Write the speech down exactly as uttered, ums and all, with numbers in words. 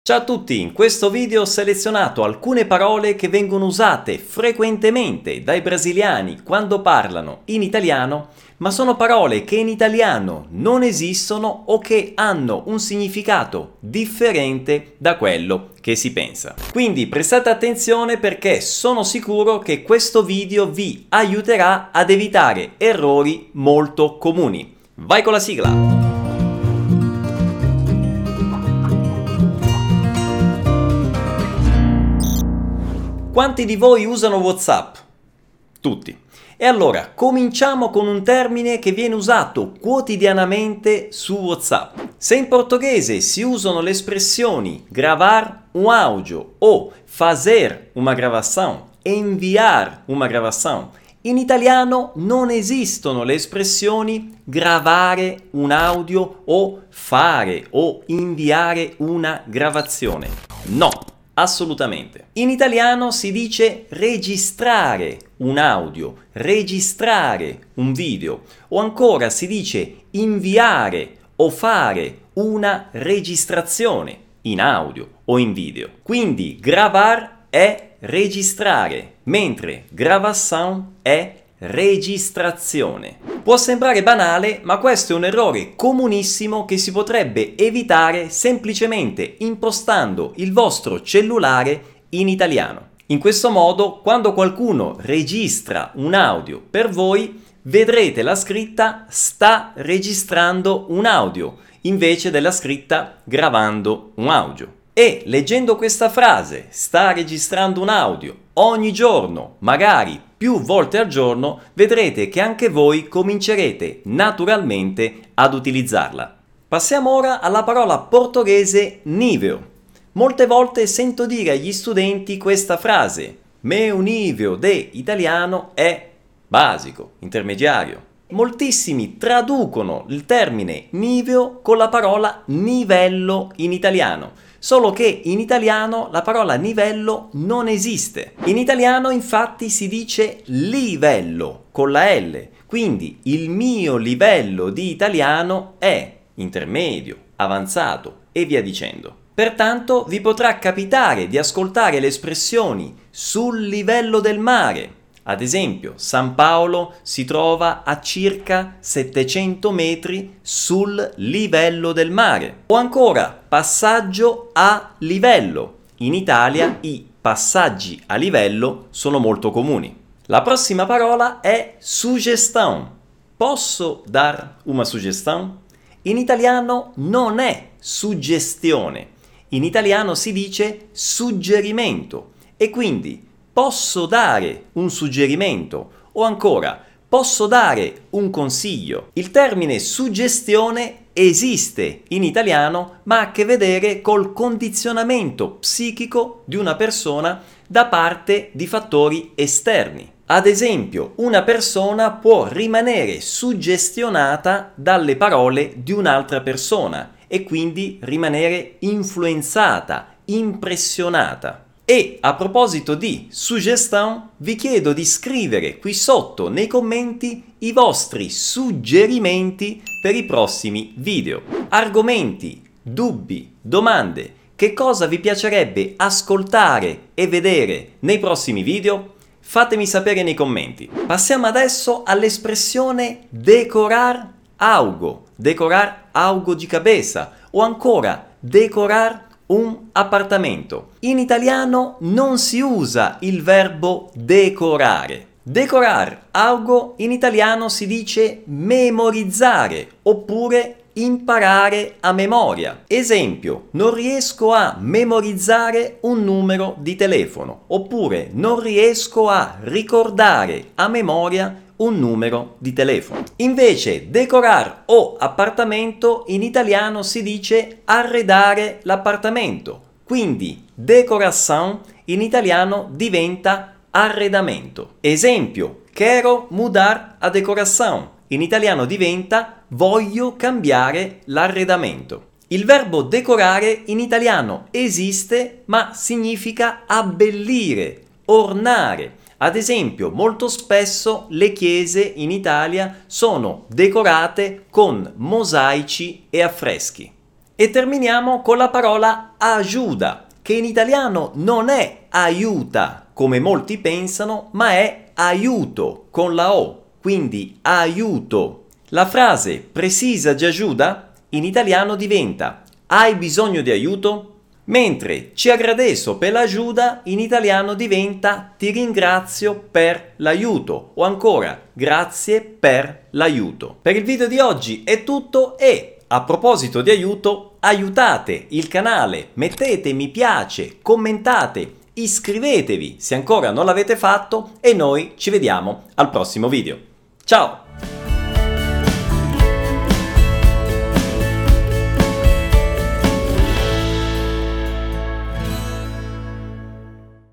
Ciao a tutti, in questo video ho selezionato alcune parole che vengono usate frequentemente dai brasiliani quando parlano in italiano, ma sono parole che in italiano non esistono o che hanno un significato differente da quello che si pensa. Quindi prestate attenzione perché sono sicuro che questo video vi aiuterà ad evitare errori molto comuni. Vai con la sigla! Quanti di voi usano WhatsApp? Tutti. E allora, cominciamo con un termine che viene usato quotidianamente su WhatsApp. Se in portoghese si usano le espressioni gravar um áudio o fazer uma gravação, enviar uma gravação, in italiano non esistono le espressioni gravare un audio o fare o inviare una gravazione. No! Assolutamente. In italiano si dice registrare un audio, registrare un video o ancora si dice inviare o fare una registrazione in audio o in video. Quindi gravar è registrare, mentre gravação è registrazione. Può sembrare banale, ma questo è un errore comunissimo che si potrebbe evitare semplicemente impostando il vostro cellulare in italiano. In questo modo, quando qualcuno registra un audio per voi, vedrete la scritta sta registrando un audio, invece della scritta gravando un audio. E leggendo questa frase, sta registrando un audio, ogni giorno, magari più volte al giorno, vedrete che anche voi comincerete naturalmente ad utilizzarla. Passiamo ora alla parola portoghese nível. Molte volte sento dire agli studenti questa frase: meu nível de italiano è basico, intermediario. Moltissimi traducono il termine nível con la parola livello in italiano, solo che in italiano la parola livello non esiste. In italiano infatti si dice livello con la L, quindi il mio livello di italiano è intermedio, avanzato e via dicendo. Pertanto vi potrà capitare di ascoltare le espressioni sul livello del mare. Ad esempio, San Paolo si trova a circa settecento metri sul livello del mare. O ancora, passaggio a livello. In Italia i passaggi a livello sono molto comuni. La prossima parola è sugestão. Posso dar una sugestão? In italiano non è suggestione. In italiano si dice suggerimento e quindi posso dare un suggerimento o ancora posso dare un consiglio. Il termine suggestione esiste in italiano ma ha a che vedere col condizionamento psichico di una persona da parte di fattori esterni. Ad esempio, una persona può rimanere suggestionata dalle parole di un'altra persona e quindi rimanere influenzata, impressionata. E a proposito di sugestão, vi chiedo di scrivere qui sotto nei commenti i vostri suggerimenti per i prossimi video. Argomenti, dubbi, domande, che cosa vi piacerebbe ascoltare e vedere nei prossimi video? Fatemi sapere nei commenti. Passiamo adesso all'espressione decorar algo, decorar algo di cabeça o ancora decorar un appartamento. In italiano non si usa il verbo decorare. Decorar algo in italiano si dice memorizzare oppure imparare a memoria. Esempio, non riesco a memorizzare un numero di telefono oppure non riesco a ricordare a memoria un numero di telefono. Invece decorar o appartamento in italiano si dice arredare l'appartamento. Quindi decoração in italiano diventa arredamento. Esempio, quero mudar a decoração. In italiano diventa voglio cambiare l'arredamento. Il verbo decorare in italiano esiste ma significa abbellire, ornare. Ad esempio, molto spesso le chiese in Italia sono decorate con mosaici e affreschi. E terminiamo con la parola ajuda, che in italiano non è aiuta, come molti pensano, ma è aiuto, con la O, quindi aiuto. La frase precisa di ajuda in italiano diventa hai bisogno di aiuto? Mentre ci agradeço per l'ajuda in italiano diventa ti ringrazio per l'aiuto o ancora grazie per l'aiuto. Per il video di oggi è tutto e a proposito di aiuto, aiutate il canale, mettete mi piace, commentate, iscrivetevi se ancora non l'avete fatto e noi ci vediamo al prossimo video. Ciao!